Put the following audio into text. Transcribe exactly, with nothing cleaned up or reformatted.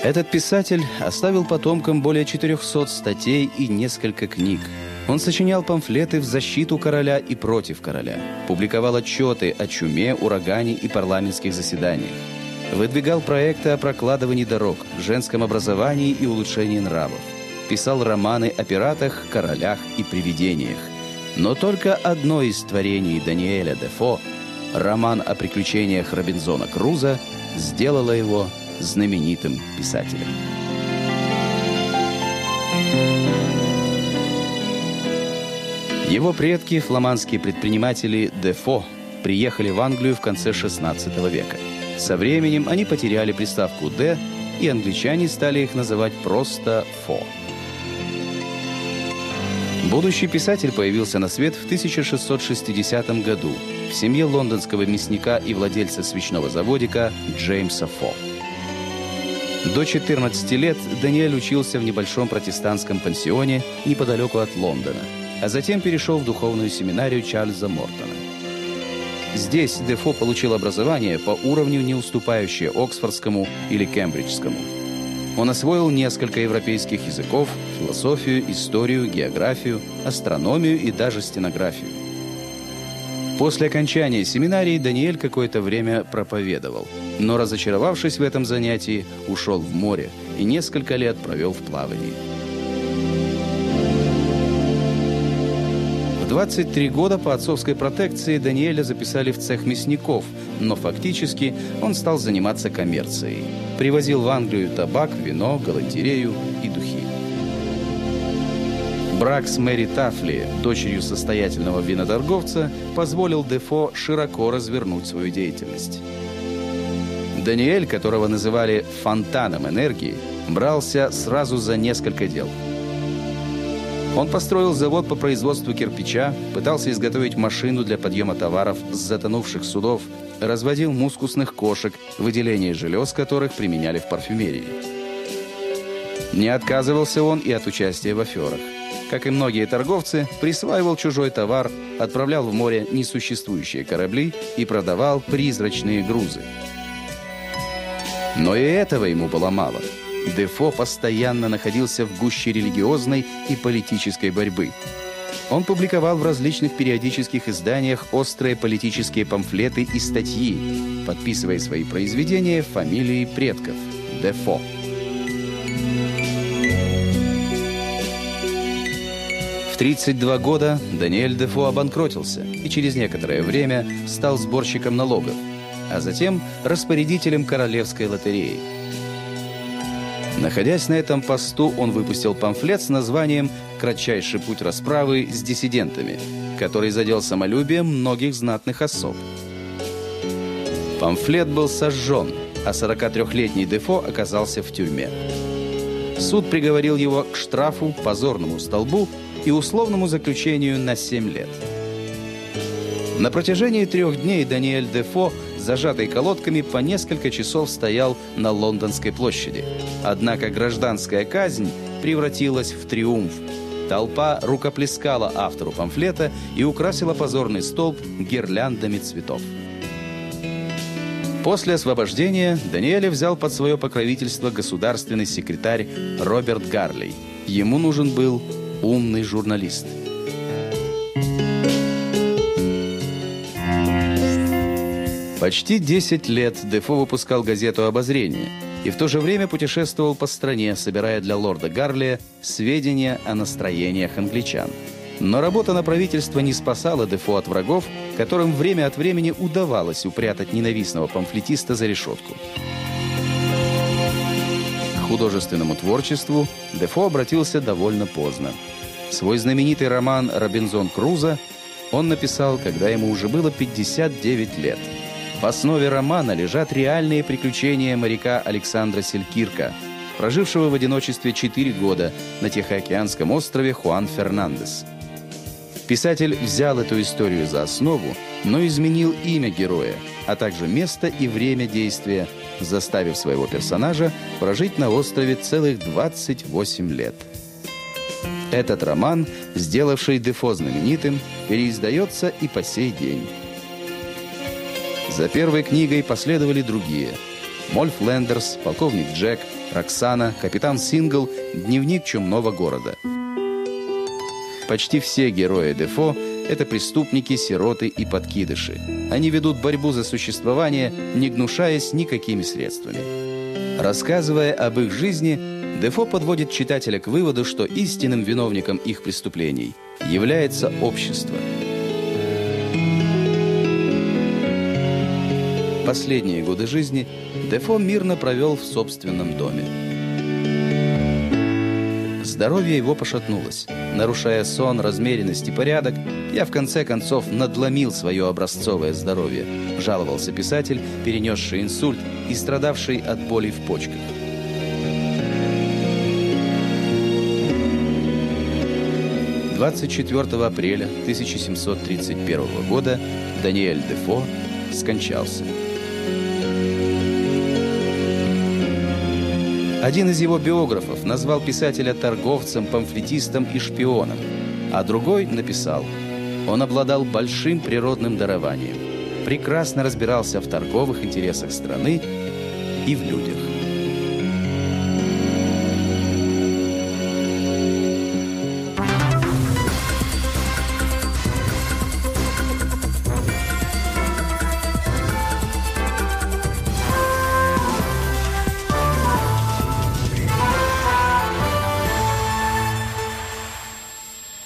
Этот писатель оставил потомкам более четырехсот статей и несколько книг. Он сочинял памфлеты в защиту короля и против короля, публиковал отчеты о чуме, урагане и парламентских заседаниях, выдвигал проекты о прокладывании дорог, женском образовании и улучшении нравов, писал романы о пиратах, королях и привидениях. Но только одно из творений Даниэля Дефо, роман о приключениях Робинзона Круза, сделало его знаменитым писателем. Его предки, фламандские предприниматели Дефо, приехали в Англию в конце шестнадцатого века. Со временем они потеряли приставку «д», и англичане стали их называть просто «фо». Будущий писатель появился на свет в тысяча шестьсот шестидесятом году в семье лондонского мясника и владельца свечного заводика Джеймса Фо. До четырнадцати лет Даниэль учился в небольшом протестантском пансионе неподалеку от Лондона, а затем перешел в духовную семинарию Чарльза Мортона. Здесь Дефо получил образование по уровню, не уступающее Оксфордскому или Кембриджскому. Он освоил несколько европейских языков, философию, историю, географию, астрономию и даже стенографию. После окончания семинарии Даниэль какое-то время проповедовал, но, разочаровавшись в этом занятии, ушел в море и несколько лет провел в плавании. В двадцать три года по отцовской протекции Даниэля записали в цех мясников, но фактически он стал заниматься коммерцией. Привозил в Англию табак, вино, галантерею и духи. Брак с Мэри Тафли, дочерью состоятельного виноторговца, позволил Дефо широко развернуть свою деятельность. Даниэль, которого называли «фонтаном энергии», брался сразу за несколько дел. Он построил завод по производству кирпича, пытался изготовить машину для подъема товаров с затонувших судов, разводил мускусных кошек, выделение желез которых применяли в парфюмерии. Не отказывался он и от участия в аферах. Как и многие торговцы, присваивал чужой товар, отправлял в море несуществующие корабли и продавал призрачные грузы. Но и этого ему было мало. Дефо постоянно находился в гуще религиозной и политической борьбы. Он публиковал в различных периодических изданиях острые политические памфлеты и статьи, подписывая свои произведения фамилией предков – Дефо. В тридцать два года Даниэль Дефо обанкротился и через некоторое время стал сборщиком налогов, а затем распорядителем Королевской лотереи. Находясь на этом посту, он выпустил памфлет с названием «Кратчайший путь расправы с диссидентами», который задел самолюбие многих знатных особ. Памфлет был сожжен, а сорокатрёхлетний Дефо оказался в тюрьме. Суд приговорил его к штрафу, позорному столбу и условному заключению на семь лет. На протяжении трех дней Даниэль Дефо, зажатый колодками, по несколько часов стоял на Лондонской площади. Однако гражданская казнь превратилась в триумф. Толпа рукоплескала автору памфлета и украсила позорный столб гирляндами цветов. После освобождения Даниэля взял под свое покровительство государственный секретарь Роберт Гарлей. Ему нужен был умный журналист. Почти десять лет Дефо выпускал газету «Обозрение» и в то же время путешествовал по стране, собирая для лорда Гарлия сведения о настроениях англичан. Но работа на правительство не спасала Дефо от врагов, которым время от времени удавалось упрятать ненавистного памфлетиста за решетку. К художественному творчеству Дефо обратился довольно поздно. Свой знаменитый роман «Робинзон Крузо» он написал, когда ему уже было пятьдесят девять лет. В основе романа лежат реальные приключения моряка Александра Селькирка, прожившего в одиночестве четыре года на Тихоокеанском острове Хуан Фернандес. Писатель взял эту историю за основу, но изменил имя героя, а также место и время действия, заставив своего персонажа прожить на острове целых двадцать восемь лет. Этот роман, сделавший Дефо знаменитым, переиздается и по сей день. За первой книгой последовали другие: Моль Флендерс, полковник Джек, Роксана, Капитан Сингл, Дневник чумного города. Почти все герои Дефо – это преступники, сироты и подкидыши. Они ведут борьбу за существование, не гнушаясь никакими средствами. Рассказывая об их жизни, Дефо подводит читателя к выводу, что истинным виновником их преступлений является общество. Последние годы жизни Дефо мирно провел в собственном доме. Здоровье его пошатнулось. Нарушая сон, размеренность и порядок, я в конце концов надломил свое образцовое здоровье, жаловался писатель, перенесший инсульт и страдавший от болей в почках. двадцать четвёртого апреля тысяча семьсот тридцать первого года Даниэль Дефо скончался. Один из его биографов назвал писателя торговцем, памфлетистом и шпионом, а другой написал: он обладал большим природным дарованием, прекрасно разбирался в торговых интересах страны и в людях.